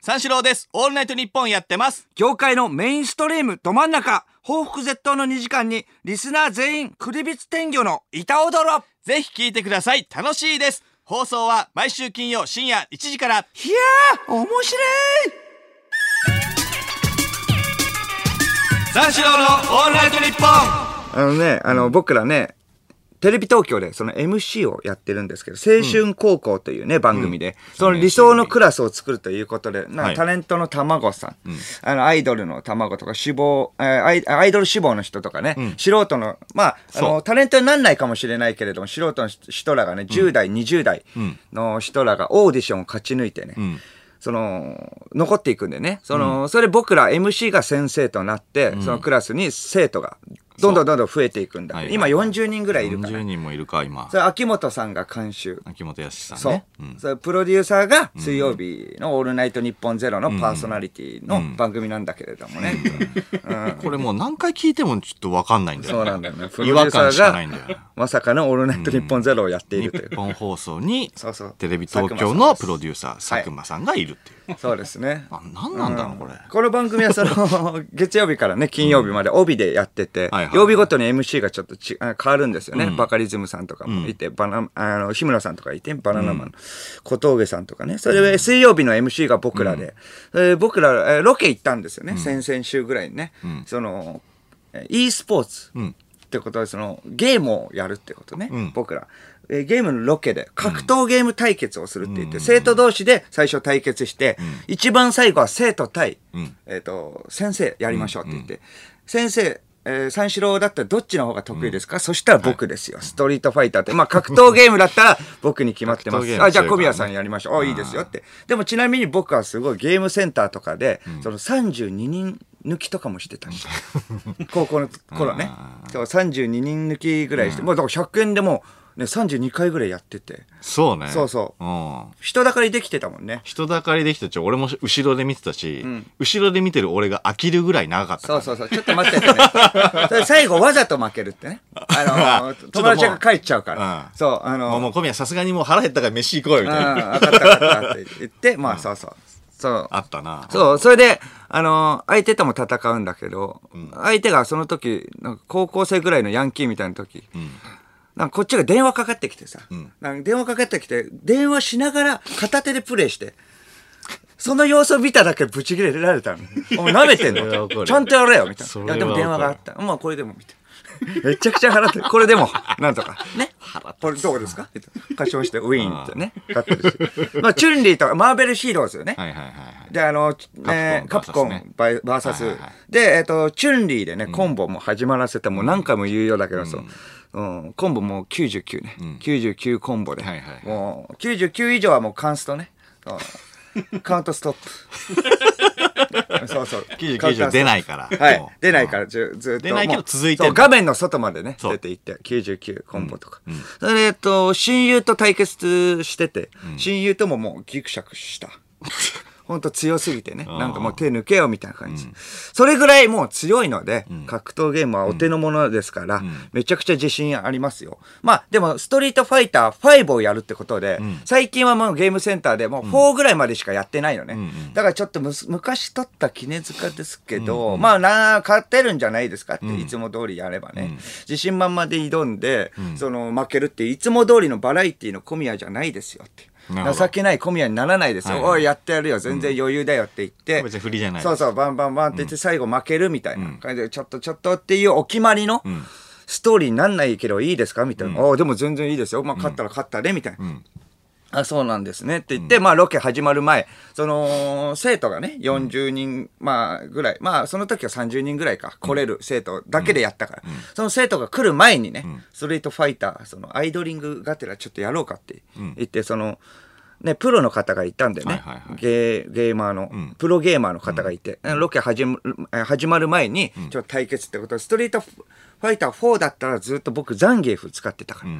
三四郎です。オールナイトニッポンやってます。 業界のメインストリームど真ん中、報復絶倒の2時間にリスナー全員クリビツ天魚の板踊ろ。 ぜひ聞いてください。楽しいです。放送は毎週金曜深夜1時から。いやー面白い。 三四郎のオールナイトニッポン。 僕らねテレビ東京でその MC をやってるんですけど、青春高校というね、番組で、その理想のクラスを作るということで、タレントの卵さん、アイドルの卵とかアイドル志望の人とかね、素人の、タレントになんないかもしれないけれども、素人の人らがね、10代、20代の人らがオーディションを勝ち抜いてね、残っていくんでね、それ僕ら MC が先生となって、そのクラスに生徒が、どんどん増えていくんだ。今40人ぐらいいるから。 40人もいるか、今。 それ秋元さんが監修。 秋元康さんね。 それプロデューサーが水曜日のオールナイトニッポンゼロのパーソナリティの番組なんだけれどもね。 これもう何回聞いてもちょっと分かんないんだよね。 そうなんだよね。 違和感しかないんだよね。 まさかのオールナイトニッポンゼロをやっているという。 日本放送にテレビ東京のプロデューサー、佐久間さんがいるっていう。 そうですね。 何なんだろう、これ。 この番組は月曜日からね、金曜日まで帯でやってて、曜日ごとに MC がちょっと変わるんですよね。バカリズムさんとかもいて、日村さんとかいて、バナナマンの小峠さんとかね。それで水曜日の MC が僕らで、僕らロケ行ったんですよね。先々週ぐらいにね。e スポーツってことで、ゲームをやるってことね。僕ら。ゲームのロケで格闘ゲーム対決をするって言って、生徒同士で最初対決して、一番最後は生徒対、先生やりましょうって言って、先生、三四郎だったらどっちの方が得意ですか？そしたら僕ですよ。ストリートファイターって。格闘ゲームだったら僕に決まってます。じゃあ小宮さんやりましょう。いいですよって。でもちなみに僕はすごいゲームセンターとかで、32人抜きとかもしてたし。高校の頃ね。32人抜きぐらいして、もうだから100円でも、ね、32回ぐらいやってて。 そうね。 そう。人だかりできてたもんね。 人だかりできてて、俺も後ろで見てたし、後ろで見てる俺が飽きるぐらい長かったから。 そう。ちょっと待っててね。それ最後わざと負けるってね。友達が帰っちゃうから。そう。 もう小宮さすがにもう腹減ったから飯行こうよみたいな。 分かったって言って、そう。 あったな。 そう。それで、相手とも戦うんだけど、相手がその時、高校生ぐらいのヤンキーみたいな時、こっちが電話かかってきてさ、電話しながら片手でプレイして、その様子を見ただけブチ切れられたの。お前舐めてんのちゃんとやれよみたいな。いやでも電話があった。まあこれでもみたいな。めちゃくちゃ払ってこれでもなんとかね。これどうですか？歌唱してウィーンってね勝ってるし。チュンリーとかマーベルヒーローズよね。でカプコンバーサスでチュンリーでねコンボも始まらせてもう何回も言うようだけどコンボもう99ね、99コンボで、もう99以上はもうカンストね、カウントストップそう 90出ないから、 出ないからずっと出ないけど続いてる、 画面の外までね出ていって99コンボとか、それで親友と対決してて、親友とももうギクシャクしたほんと強すぎてね、なんかもう手抜けよみたいな感じ、それぐらいもう強いので、格闘ゲームはお手の物ですから、めちゃくちゃ自信ありますよ。でもストリートファイター5をやるってことで、最近はもうゲームセンターでもう4ぐらいまでしかやってないのね、だからちょっと昔取った杵塚ですけど、勝てるんじゃないですかって、いつも通りやればね、自信満々で挑んで、負けるっていつも通りのバラエティの小宮じゃないですよって、情けない小宮にならないですよ、おいやってやるよ全然余裕だよって言って、 別に振りじゃない、 そうバンバンって言って最後負けるみたいな感じで、ちょっとっていうお決まりのストーリーになんないけどいいですかみたいな、でも全然いいですよ、勝ったら勝ったねみたいな、そうなんですねって言って、ロケ始まる前、生徒がね40人ぐらい、その時は30人ぐらいか来れる生徒だけでやったから、その生徒が来る前にね、ストリートファイターアイドリングがてらちょっとやろうかって言って、プロの方がいたんだよね、ゲーマーの、プロゲーマーの方がいて、ロケ始まる前にちょっと対決ってことで、ストリートファイター4だったらずっと僕ザンギエフ使ってたから、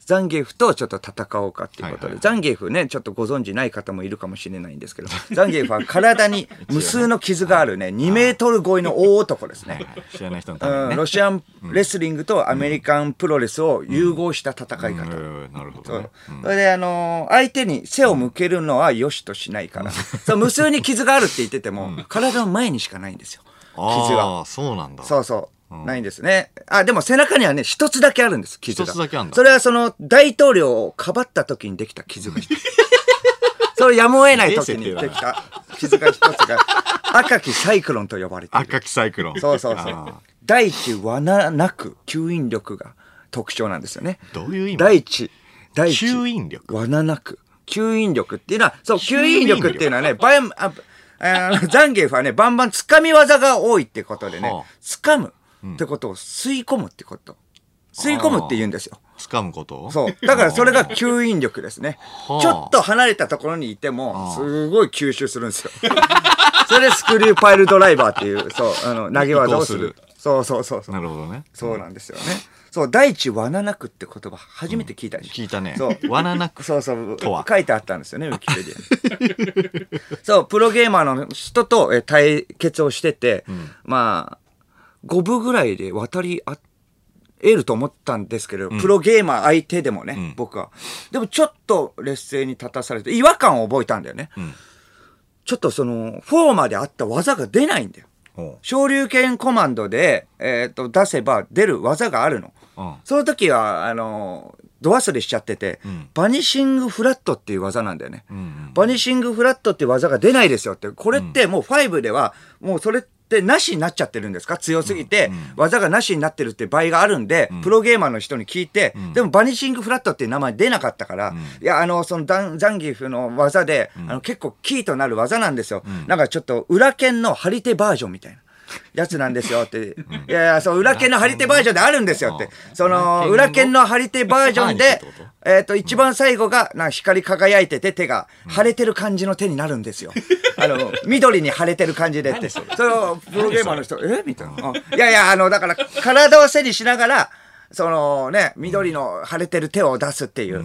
ザンギエフとちょっと戦おうかっていうことで、ザンギエフね、ちょっとご存知ない方もいるかもしれないんですけど、ザンギエフは体に無数の傷があるね、2メートル超えの大男ですね。 知らない人のためにね。 ロシアンレスリングとアメリカンプロレスを融合した戦い方。 なるほどね。 それで相手に背を向けるのは良しとしないから、そう無数に傷があるって言ってても、体の前にしかないんですよ、傷は。 ああ、そうなんだ。 そうそう。ないんですね。でも背中にはね、一つだけあるんです、傷が。 一つだけあるんだ。 それはその大統領をかばった時にできた傷が一つ。それやむを得ない時にできた傷が一つが、赤きサイクロンと呼ばれている。 赤きサイクロン。 そうそうそう。大地罠なく吸引力が特徴なんですよね。 どういう意味？ 大地吸引力。 罠なく。吸引力っていうのは、そう、吸引力っていうのはね、ザンギエフはね、バンバン掴み技が多いってことでね、掴むってことを吸い込むってこと。吸い込むって言うんですよ。 掴むことそう。だからそれが吸引力ですね。ちょっと離れたところにいても、すごい吸収するんですよ。それでスクリューパイルドライバーっていう、そう、投げ技をする。そうそうそう。 なるほどね。 そうなんですよね。そう、大地罠なくって言葉初めて聞いたでしょ。 聞いたね。 そう。 罠なく。 そうそう。書いてあったんですよね、ウィキペディアに。そう、プロゲーマーの人と対決をしてて、まあ、5分ぐらいで渡り得ると思ったんですけど、プロゲーマー相手でもね、僕は。でもちょっと劣勢に立たされて、違和感を覚えたんだよね。ちょっとその、フォーマであった技が出ないんだよ。昇竜拳コマンドで、出せば出る技があるの。その時は、ド忘れしちゃってて、バニシングフラットっていう技なんだよね。バニシングフラットっていう技が出ないですよって。これってもう5では、もうそれってなしになっちゃってるんですか？強すぎて、技がなしになってるっていう場合があるんで、プロゲーマーの人に聞いて、でもバニシングフラットっていう名前出なかったから、いや、そのザンギフの技で、結構キーとなる技なんですよ。なんかちょっと裏剣の張り手バージョンみたいな。やつなんですよって。いやいや、そう、裏剣の張り手バージョンであるんですよって。その、裏剣の張り手バージョンで、一番最後が、光り輝いてて手が腫れてる感じの手になるんですよ。緑に腫れてる感じでって。それを、プロゲーマーの人、みたいな。いやいや、だから、体を背にしながら、そのね、緑の腫れてる手を出すっていう。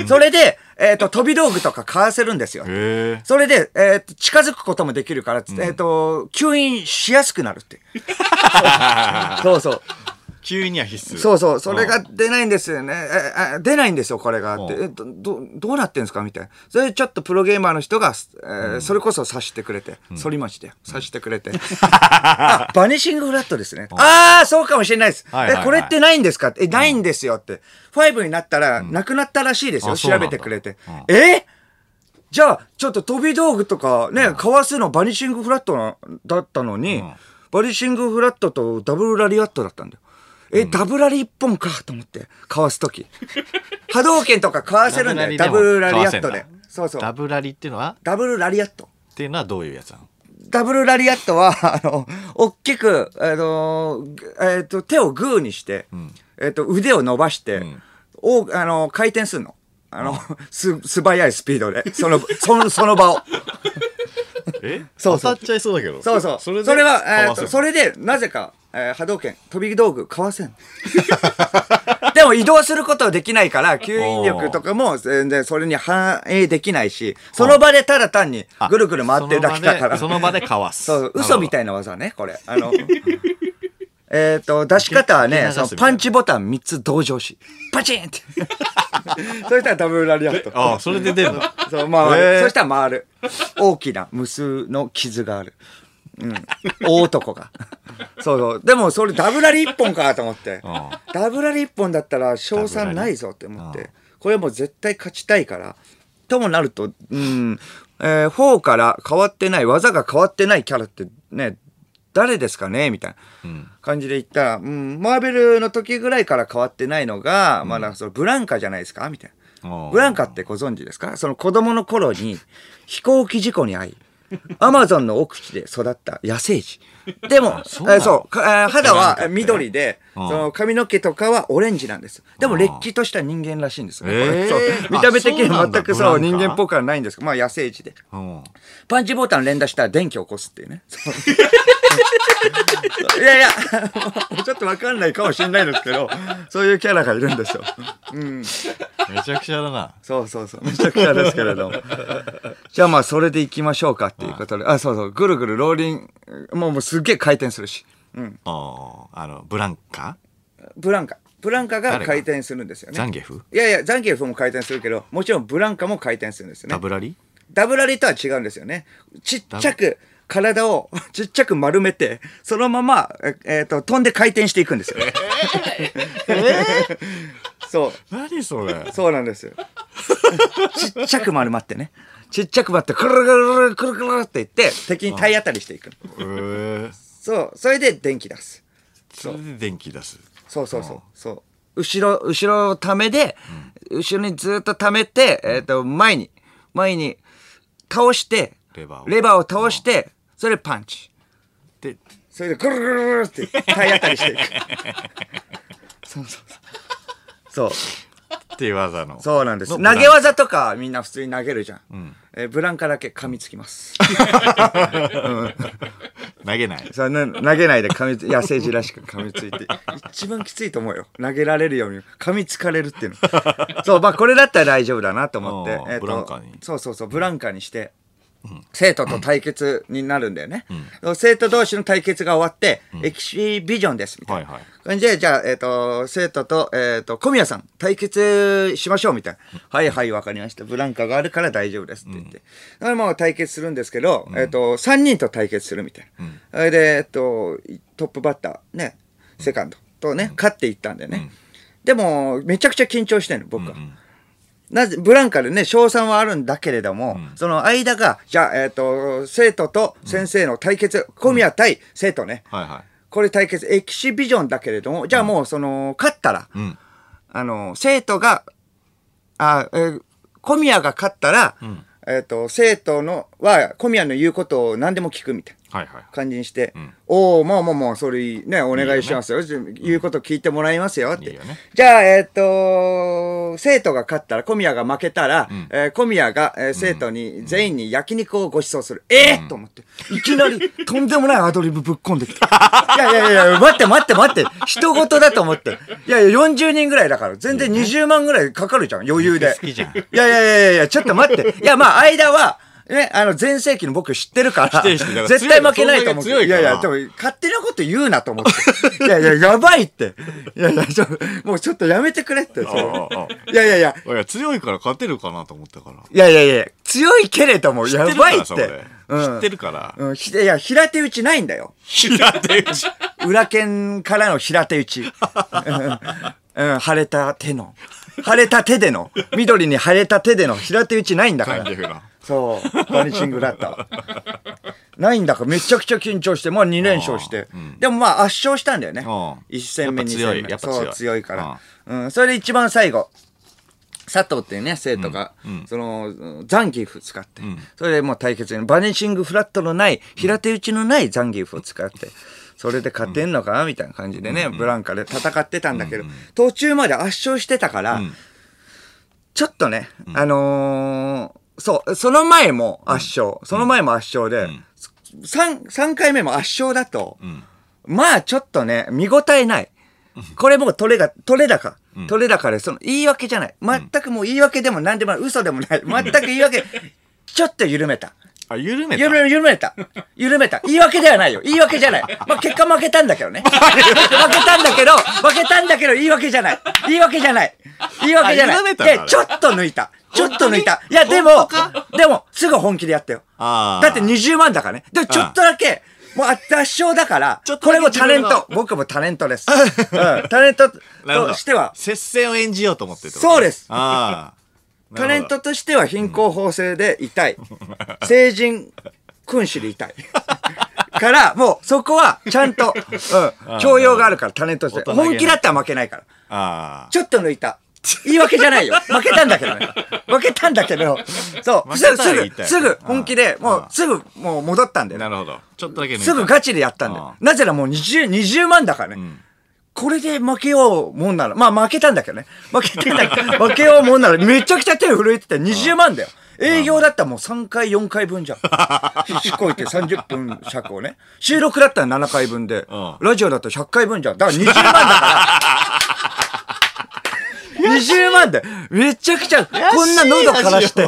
それで、飛び道具とか買わせるんですよ。それで、近づくこともできるから、吸引しやすくなるって。そうそう。 吸引には必須。 そうそう。それが出ないんですよね。出ないんですよ、これが。って。どうなってんすかみたいな。それでちょっとプロゲーマーの人が、それこそ察してくれて、反町で察してくれて。バニシングフラットですね。そうかもしれないです。これってないんですか？ないんですよって。5になったら、なくなったらしいですよ。調べてくれて。じゃあ、ちょっと飛び道具とかね、かわすのバニシングフラットだったのに、バニシングフラットとダブルラリアットだったんだよ。ダブラリ一本かと思って、かわすとき。波動拳とかかわせるんだよ、ダブルラリアットで。そうそう。 ダブラリっていうのは？ ダブルラリアット。 っていうのはどういうやつなの？ ダブルラリアットは、大きく、手をグーにして、腕を伸ばして、回転するの。素早いスピードで、その場を。 当たっちゃいそうだけど。 そうそう。それは、それで、なぜか、波動拳、飛び道具、かわせん。でも移動することはできないから、吸引力とかも全然それに反映できないし、その場でただ単にぐるぐる回ってるだけだから。 その場でかわす。 そう、嘘みたいな技ね、これ。出し方はね、パンチボタン3つ同時押し。パチンって。そしたらダブルラリアット。 それで出るの？ そう、回る。そしたら回る。大きな無数の傷がある。大男が。そう。でもそれダブラリ1本かと思って。ダブラリ1本だったら賞賛ないぞって思って。これもう絶対勝ちたいから。ともなると、4から変わってない、技が変わってないキャラってね、誰ですかねみたいな感じで言ったら、マーベルの時ぐらいから変わってないのが、まだそのブランカじゃないですかみたいな。ブランカってご存知ですか？その子供の頃に飛行機事故に遭い、アマゾンの奥地で育った野生児。でも、肌は緑で、その髪の毛とかはオレンジなんです。でも、れっきとした人間らしいんですよ。見た目的には全くそう、人間っぽくはないんですけど、まあ野生児で。パンチボタン連打したら電気を起こすっていうね。 いやいや、ちょっとわかんないかもしれないですけど、そういうキャラがいるんですよ。うん。 めちゃくちゃだな。 そうそうそう。めちゃくちゃですけれども。じゃあまあ、それで行きましょうかっていうことで。あ、そうそう。ぐるぐるローリン、もうすっげえ回転するし。うん。 ブランカが回転するんですよね。 ザンギエフ？ いやいや、ザンギエフも回転するけど、もちろんブランカも回転するんですよね。ダブラリとは違うんですよね。ちっちゃく、体をちっちゃく丸めて、そのまま、飛んで回転していくんですよ。そう。 何それ？ そうなんですよ。ちっちゃく丸まってね。ちっちゃく丸って、くるくるくるくるって言って、敵に体当たりしていく。そう。それで電気出す。 それで電気出す。 そうそうそう。そう。後ろためで、後ろにずっとためて、前に倒して、レバーを倒して、それでパンチ。で、それでぐるぐるぐるって体当たりしていく。そうそうそう。そう。 っていう技の。 そうなんです。投げ技とかみんな普通に投げるじゃん。ブランカだけ噛みつきます。 投げない。 投げないで野生児らしく噛みついて。一番きついと思うよ。投げられるように噛みつかれるっていうの。そう、まあこれだったら大丈夫だなと思って。 ブランカに。 そう、ブランカにして。生徒と対決になるんだよね。生徒同士の対決が終わって、エキシビジョンですみたいな感じで、じゃあ、生徒と、小宮さん対決しましょうみたいな。はいはい、わかりました。ブランカがあるから大丈夫ですって言って。だからもう対決するんですけど、3人と対決するみたいな。それで、トップバッター、ね、セカンドとね、勝っていったんでね。でも、めちゃくちゃ緊張してるの、僕は。なぜ、ブランカでね、賞賛はあるんだけれども、その間が、じゃあ、生徒と先生の対決、小宮対生徒ね。これ対決、エキシビジョンだけれども、じゃあもう、勝ったら、生徒が、小宮が勝ったら、生徒は小宮の言うことを何でも聞くみたいな。感じにして、おお、もう、それね、お願いしますよ。言うこと聞いてもらいますよって。じゃあ、生徒が勝ったら、小宮が負けたら、小宮が生徒に全員に焼肉をご馳走する。と思って。いきなり、とんでもないアドリブぶっ込んできた。いや、待って。人事だと思って。いや、40人ぐらいだから、全然20万ぐらいかかるじゃん、余裕で。いや、ちょっと待って。いや、まあ、間は、ね、前世紀の僕知ってるから、絶対負けないと思う。いや、でも、勝手なこと言うなと思って。いや、やばいって。いや、もうちょっとやめてくれって。いや、 強いから勝てるかなと思ったから。 いや、強いけれども、やばいって。知ってるから。 いや、平手打ちないんだよ。 平手打ち裏剣からの平手打ち。腫れた手での、緑に腫れた手での平手打ちないんだから。そう、バニシングラッター。ないんだから、めちゃくちゃ緊張して、まあ2連勝して。でもまあ圧勝したんだよね。1戦目、2戦目。そう、強いから。それで一番最後、佐藤っていうね、生徒が、ザンギーフ使って、それでもう対決に、バニシングフラットのない、平手打ちのないザンギーフを使って、それで勝てんのかなみたいな感じでね、ブランカで戦ってたんだけど、途中まで圧勝してたから、ちょっとね、そう、その前も圧勝で、3回目も圧勝だと、まあちょっとね、見応えない。これもう取れ高で、言い訳じゃない。全くもう言い訳でも何でもない。嘘でもない。全く言い訳、ちょっと緩めた。 緩めた。 言い訳ではないよ。言い訳じゃない。まあ、結果負けたんだけどね。負けたんだけど、言い訳じゃない。言い訳じゃない。で、ちょっと抜いた。いや、でも、すぐ本気でやったよ。だって20万だからね。で、ちょっとだけ、もう圧勝だから、これもタレント。僕もタレントです。タレントとしては。 接戦を演じようと思ってる。 そうです。タレントとしては貧困法制でいたい。成人君主でいたい。から、もうそこはちゃんと、教養があるから、タレントとして。本気だったら負けないから。ちょっと抜いた。言い訳じゃないよ。負けたんだけど、そう、すぐ本気で、もう戻ったんだよ。 なるほど。ちょっとだけすぐガチでやったんだよ。なぜならもう20万だからね。これで負けようもんなら、まあ負けたんだけどね。負けようもんなら、めちゃくちゃ手震えてて20万だよ。 営業だったらもう3回4回分じゃん。必死こいて30分尺をね。収録だったら7回分で、ラジオだったら100回分じゃん。だから20万だから20万でめちゃくちゃこんな喉からして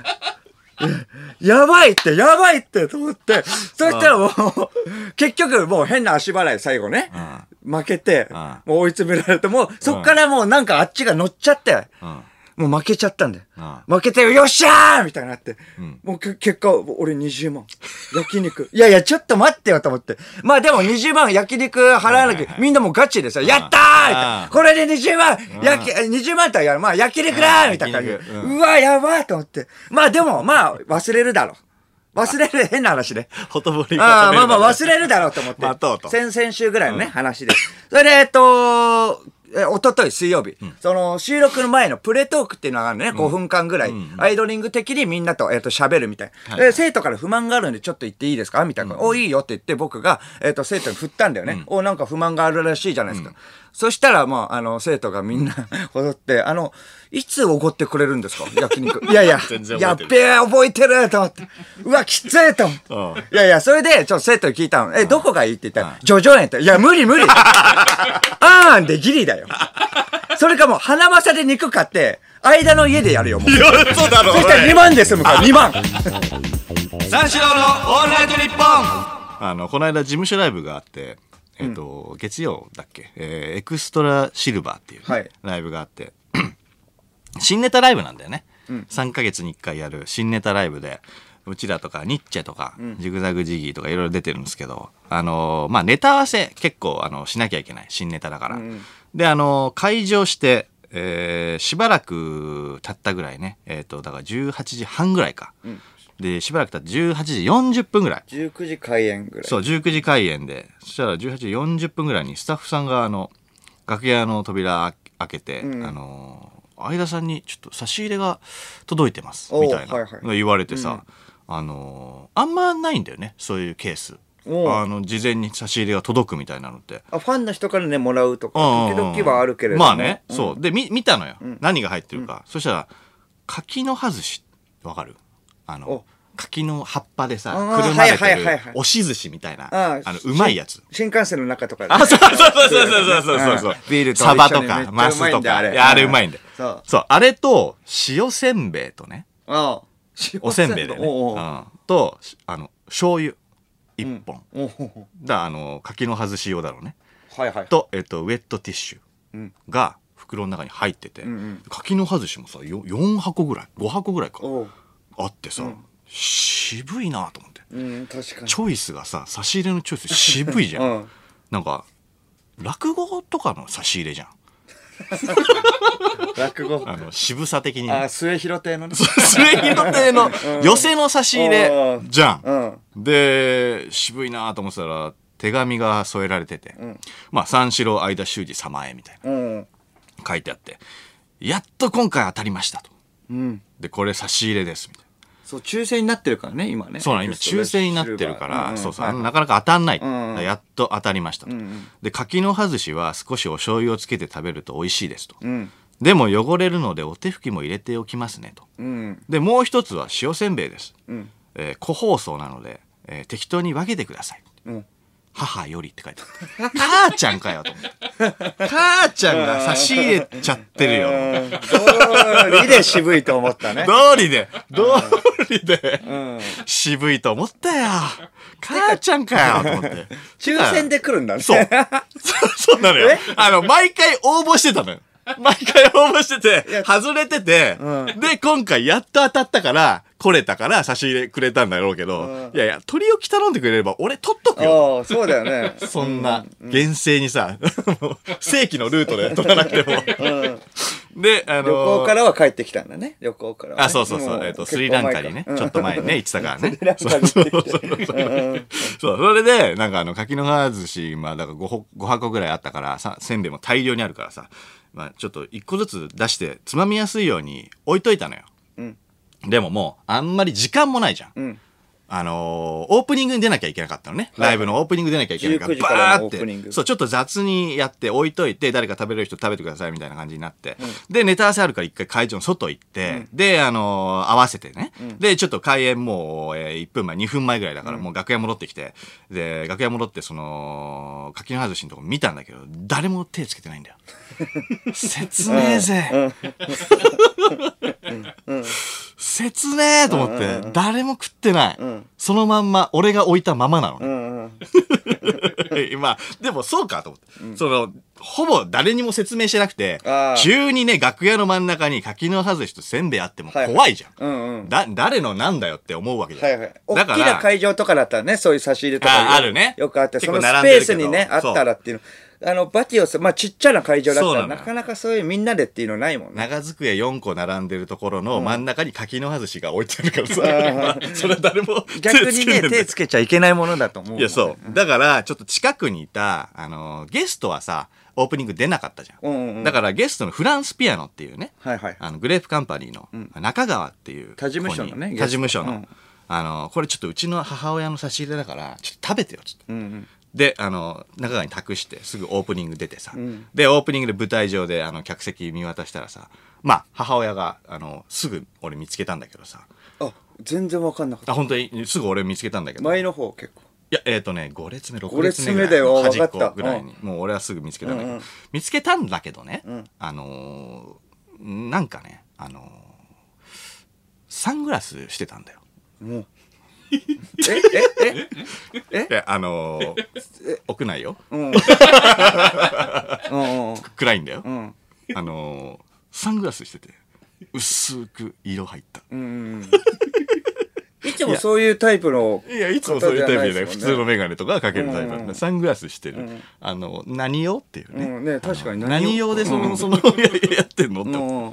やばいってと思って、そしたらもう結局もう変な足払い最後ね、負けてもう追い詰められて、もうそっからもうなんかあっちが乗っちゃって、もう負けちゃったんだよ。負けてよっしゃーみたいになって、もう結果俺20万焼肉いやいやちょっと待ってよと思って、まあでも20万焼肉払わなきゃ、みんなもうガチでさ、やったーみたいな、これで20万20万とはやる、まあ焼肉だーみたいな感じで、うわやばーと思って、まあでもまあ忘れるだろう、忘れる変な話で。 ほとぼりがまあまあ忘れるだろうと思って。先々週ぐらいのね、話です。それで、おととい水曜日、その収録の前のプレトークっていうのがあるね、5分間ぐらい、アイドリング的にみんなと喋るみたいな。生徒から不満があるんでちょっと言っていいですかみたいな。お、いいよって言って僕が、生徒に振ったんだよね。お、なんか不満があるらしいじゃないですか。そしたらもう、生徒がみんな踊って、いつおごってくれるんですか焼肉。いやいや、やっべえ、覚えてると思って。うわ、きついと思って。いやいや、それで、ちょっと生徒に聞いたの。どこがいいって言ったら、ジョジョ園って。いや、無理あーんでギリだよ。それかもう、花正で肉買って、間の家でやるよ、もう。 いや、そうだろ。 そしたら2万で済むから、2万。 三四郎のオールナイトニッポン。この間事務所ライブがあって、月曜だっけ、エクストラシルバーっていうライブがあって、新ネタライブなんだよね。3ヶ月に1回やる新ネタライブで、うちらとかニッチェとか、ジグザグジギーとかいろいろ出てるんですけど、まあネタ合わせ結構しなきゃいけない、新ネタだから。で、会場して、しばらく経ったぐらいね、だから18時半ぐらいか。で、しばらく経って18時40分ぐらい。 19時開演ぐらい。 そう、19時開演で、そしたら18時40分ぐらいにスタッフさんが楽屋の扉開けて、相田さんにちょっと差し入れが届いてます、みたいな言われてさ、あんまないんだよね、そういうケース。事前に差し入れが届くみたいなのって。 ファンの人からね、もらうとか、時々はあるけれども。 まあね、そう。で、見たのよ。何が入ってるか。そしたら、柿の葉寿司、わかる？柿の葉っぱでさ、くるまれてる押し寿司みたいな、うまいやつ。 新幹線の中とかで。 そう。ビールとサバとか、マスとか。あれうまいんだよ。そう。あれと、塩せんべいとね。おせんべいでね。と、醤油1本。柿の葉寿司用だろうね。と、ウェットティッシュが袋の中に入ってて、柿の葉寿司もさ、4箱ぐらい、5箱ぐらいか。あってさ、渋いなと思って、 確かにチョイスがさ、差し入れのチョイス渋いじゃん、なんか落語とかの差し入れじゃん。 落語渋さ的に、 末広亭のね、 末広亭の寄せの差し入れじゃん、で渋いなと思ってたら手紙が添えられてて、まあ三四郎相田修二様へみたいな、書いてあって、やっと今回当たりましたと、でこれ差し入れですみたいな。 そう、抽選になってるからね、今ね。 そうなの、今抽選になってるから、なかなか当たんない。やっと当たりましたと。で、柿の葉寿司は少しお醤油をつけて食べると美味しいですと。でも汚れるのでお手拭きも入れておきますねと。で、もう一つは塩せんべいです。個包装なので、適当に分けてください。母よりって書いてある。母ちゃんかよと思って。母ちゃんが差し入れちゃってるよ。 道理で渋いと思ったね。 道理で渋いと思ったよ。母ちゃんかよと思って。 抽選で来るんだね。 そう。そうなのよ。毎回応募してたのよ。毎回応募してて、外れてて、で、今回やっと当たったから、来れたから差し入れくれたんだろうけど、いやいや、取り置き頼んでくれれば俺取っとくよ。 そうだよね。 そんな、厳正にさ、正規のルートで取らなくても。で、 旅行からは帰ってきたんだね。旅行からは。 そう。スリランカにね、ちょっと前にね、行ってたからね。そう、それで、なんか柿の葉寿司、まあ、だから5箱ぐらいあったから、せんべいも大量にあるからさ、まあ、ちょっと1個ずつ出してつまみやすいように置いといたのよ、でももうあんまり時間もないじゃん、 オープニングに出なきゃいけなかったのね。ライブのオープニング出なきゃいけないから、バーって、そう、ちょっと雑にやって置いといて、誰か食べれる人食べてくださいみたいな感じになって、で、ネタ合わせあるから一回会場の外行って、で、合わせてね、で、ちょっと開演もう、1分前、2分前ぐらいだから、もう楽屋戻ってきて、で、楽屋戻って、柿の葉寿司のとこ見たんだけど、誰も手つけてないんだよ。切ねえぜ。切ねえと思って、誰も食ってない。そのまんま、俺が置いたままなのね。まあ、でもそうかと思って。ほぼ誰にも説明してなくて、急にね、楽屋の真ん中に柿の葉寿司とせんべいあっても怖いじゃん。誰のなんだよって思うわけじゃん。 大きな会場とかだったらね、そういう差し入れとかあるね。 よくあって、そのスペースにね、あったらっていうの。バティオス、まあちっちゃな会場だったらなかなかそういうみんなでっていうのないもんね。 長机4個並んでるところの真ん中に柿の葉寿司が置いてあるからさ、それ誰も逆にね、手つけちゃいけないものだと思う。 いや、そう。だから、ちょっと近くにいた、ゲストはさ、オープニング出なかったじゃん。だからゲストのフランスピアノっていうね、グレープカンパニーの中川っていう。 他事務所のね。 他事務所の。これちょっとうちの母親の差し入れだから、ちょっと食べてよ、ちょっと。で、中川に託して、すぐオープニング出てさ。で、オープニングで舞台上で、客席見渡したらさ、まあ、母親が、すぐ俺見つけたんだけどさ。 あ、全然わかんなかった。 本当に、すぐ俺見つけたんだけど。 前の方結構。 いや、5列目、6列目ぐらい。 5列目だよ、 端っこぐらいに。もう俺はすぐ見つけたんだけど。見つけたんだけどね、なんかね、サングラスしてたんだよ。屋内よ。暗いんだよ。サングラスしてて、薄く色入った。 いつもそういうタイプの。 いや、いつもそういうタイプじゃない。普通のメガネとかかけるタイプなんで、サングラスしてる。何用っていうね。 ね、確かに何用でやってんのって。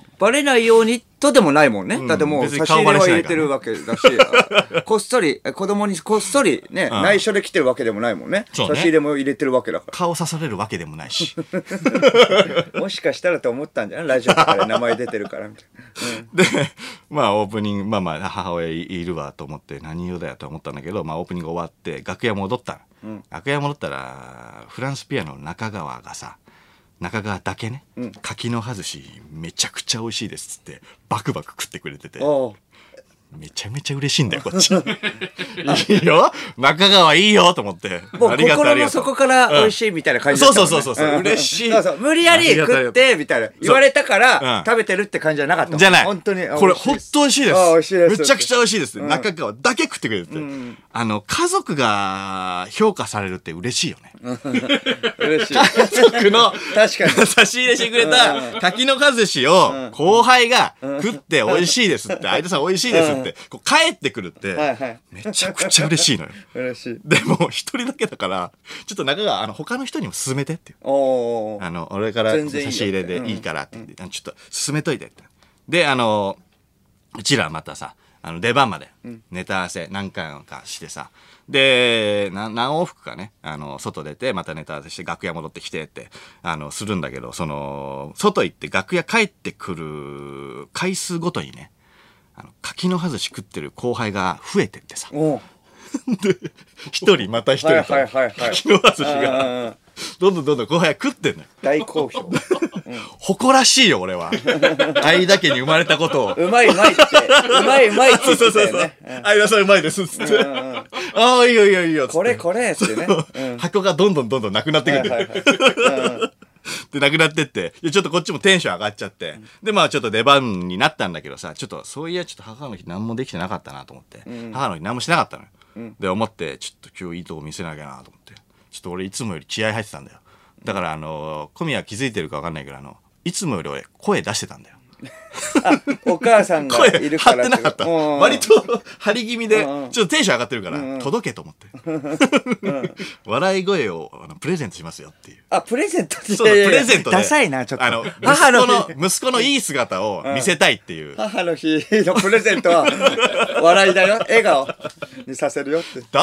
バレないようにとでもないもんね。だってもう差し入れは入れてるわけだし、こっそり、子供にこっそりね、内緒で来てるわけでもないもんね。差し入れも入れてるわけだから。 顔刺されるわけでもないし。 もしかしたらと思ったんじゃない？ラジオとかで名前出てるからみたいな。で、まあオープニング、まあ母親いるわと思って何用だよと思ったんだけど、まあオープニング終わって楽屋戻ったの。楽屋戻ったら、フランスピアノの中川がさ、中川だけね、柿の葉寿司めちゃくちゃ美味しいですってバクバク食ってくれてて、めちゃめちゃ嬉しいんだよこっち。いいよ、中川いいよと思って、 もう心の底から美味しいみたいな感じだったもんね。 そう嬉しい。 無理やり食ってみたいな言われたから食べてるって感じじゃなかった。 じゃない。 本当にこれ本当美味しいです。 美味しいです。 めちゃくちゃ美味しいです。中川だけ食ってくれてて、家族が評価されるって嬉しいよね。 嬉しい。 家族の確かに差し入れしてくれた柿の葉寿司を後輩が食って美味しいですって、相田さん美味しいですってこう帰ってくるって、めちゃくちゃ嬉しいのよ。 嬉しい。 でも一人だけだからちょっと中川他の人にも勧めてっていう。俺から差し入れでいいからってちょっと勧めといてって。でうちらまたさ出番までネタ合わせ何回かしてさ、で何往復かね外出てまたネタ合わせして楽屋戻ってきてってするんだけど、外行って楽屋帰ってくる回数ごとにね柿の葉寿司食ってる後輩が増えてってさ、で一人また一人と柿の葉寿司がどんどん後輩が食ってんのよ。 大好評。 誇らしいよ俺は。相田家に生まれたことを。 うまいうまいって言ってたよね。 相田さんうまいですっつって。ああいいよいいよいいよ。 これってね。 箱がどんどんなくなってくる。でなくなってってちょっとこっちもテンション上がっちゃって、でまあちょっと出番になったんだけどさ、ちょっとそういやちょっと母の日何もできてなかったなと思って、母の日何もしなかったのよ。で思ってちょっと今日いいとこ見せなきゃなと思って、ちょっと俺いつもより気合入ってたんだよ。だから小宮気づいてるか分かんないけどいつもより俺声出してたんだよ。 お母さんがいるから声張ってなかった。割と張り気味でちょっとテンション上がってるから届けと思って笑い声をプレゼントしますよっていう。 プレゼントで。 そうプレゼントでダサいなちょっと。 息子のいい姿を見せたいっていう。 母の日のプレゼントは笑いだよ、笑顔にさせるよって。 ど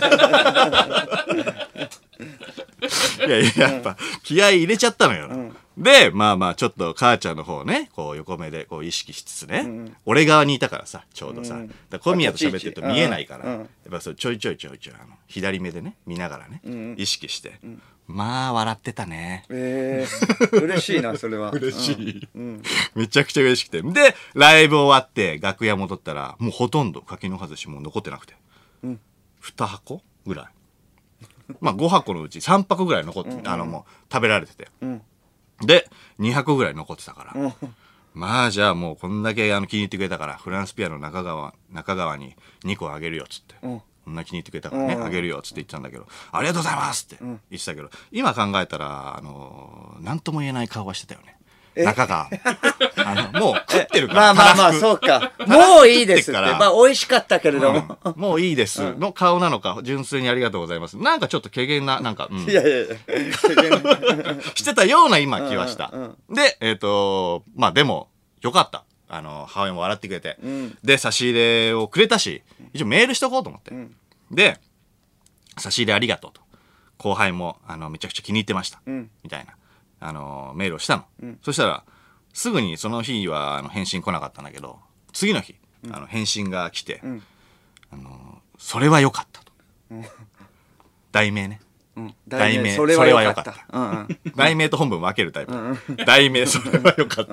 うもーっつって。いややっぱ気合い入れちゃったのよ。 で、まあまあ、ちょっと母ちゃんの方をね、こう横目でこう意識しつつね、俺側にいたからさ、ちょうどさ、だ小宮と喋ってると見えないから、やっぱそうちょいちょい左目でね、見ながらね、意識して、まあ、笑ってたね。 嬉しいな、それは。 嬉しい。めちゃくちゃ嬉しくて。で、ライブ終わって、楽屋戻ったら、もうほとんど柿の外しもう残ってなくて。2箱ぐらい。まあ5箱のうち3箱ぐらい残って、もう食べられてて。で、2箱ぐらい残ってたから。まあじゃあもうこんだけ気に入ってくれたから、フランスピアの中川に2個あげるよっつって。こんな気に入ってくれたからね、あげるよっつって言ってたんだけど、ありがとうございますって言ってたけど、今考えたら、なんとも言えない顔はしてたよね。中川。もう食ってるから。 まあ、そうか。もういいですって。まあ、美味しかったけれども。 もういいですの顔なのか、純粋にありがとうございます。なんかちょっっと怪げな、なんか、 いや。 してたような今気はした。で、まあでも、よかった。母親も笑ってくれて。で、差し入れをくれたし、一応メールしとこうと思って。で、差し入れありがとうと。後輩も、めちゃくちゃ気に入ってました。みたいな。メールをしたの。そしたら、すぐにその日は返信来なかったんだけど、次の日、返信が来て、それは良かったと。題名ね。題名、それは良かった。題名と本文分けるタイプ。題名、それは良かった。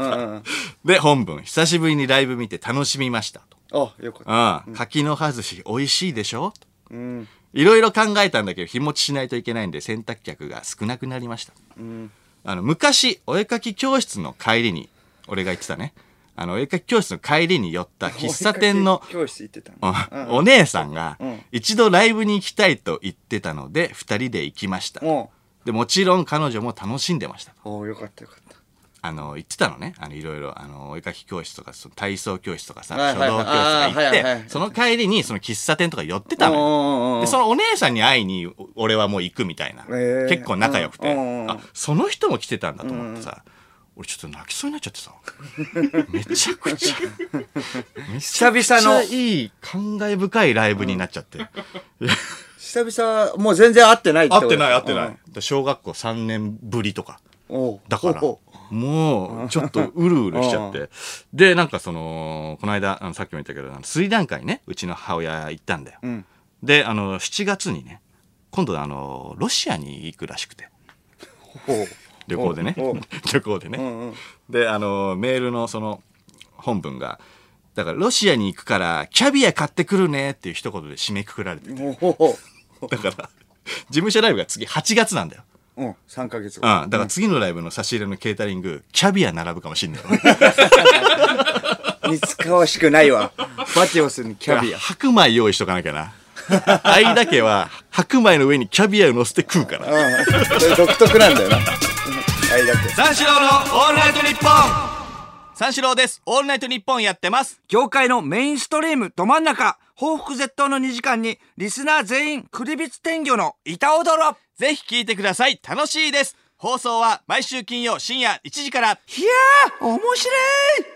で、本文、久しぶりにライブ見て楽しみましたと。あ、よかった。 柿の外し美味しいでしょと。いろいろ考えたんだけど、日持ちしないといけないんで、選択客が少なくなりました。昔、お絵かき教室の帰りに、俺が言ってたね。お絵かき教室の帰りに寄った喫茶店のお姉さんが一度ライブに行きたいと言ってたので2人で行きました。でもちろん彼女も楽しんでました。 よかったよかった。 言ってたのね。いろいろお絵かき教室とか体操教室とかさ書道教室とか行ってその帰りにその喫茶店とか寄ってたのよ。でそのお姉さんに会いに俺はもう行くみたいな、結構仲良くて、あその人も来てたんだと思ってさ、俺ちょっと泣きそうになっちゃってさめちゃくちゃ久々のいい感慨深いライブになっちゃって、 久々もう全然会ってないってこと。 会ってない小学校3年ぶりとかだからもうちょっとうるうるしちゃってでなんかこの間さっきも言ったけど水談会ねうちの母親行ったんだよ、で7月にね今度ロシアに行くらしくて旅行でねでメールのその本文がだからロシアに行くからキャビア買ってくるねっていう一言で締めくくられててだから事務所ライブが次8月なんだよ。 3ヶ月後。 だから次のライブの差し入れのケータリングキャビア並ぶかもしんない似つかわしくないわ。バティオスにキャビア白米用意しとかなきゃな。間家は白米の上にキャビアを乗せて食うから。 それ独特なんだよな。 三四郎のオールナイトニッポン。三四郎です。オールナイトニッポンやってます。 業界のメインストリームど真ん中報復絶倒の2時間にリスナー全員クリビツ天魚の板踊ろ。 ぜひ聞いてください。楽しいです。放送は毎週金曜深夜1時から。いやー面白い。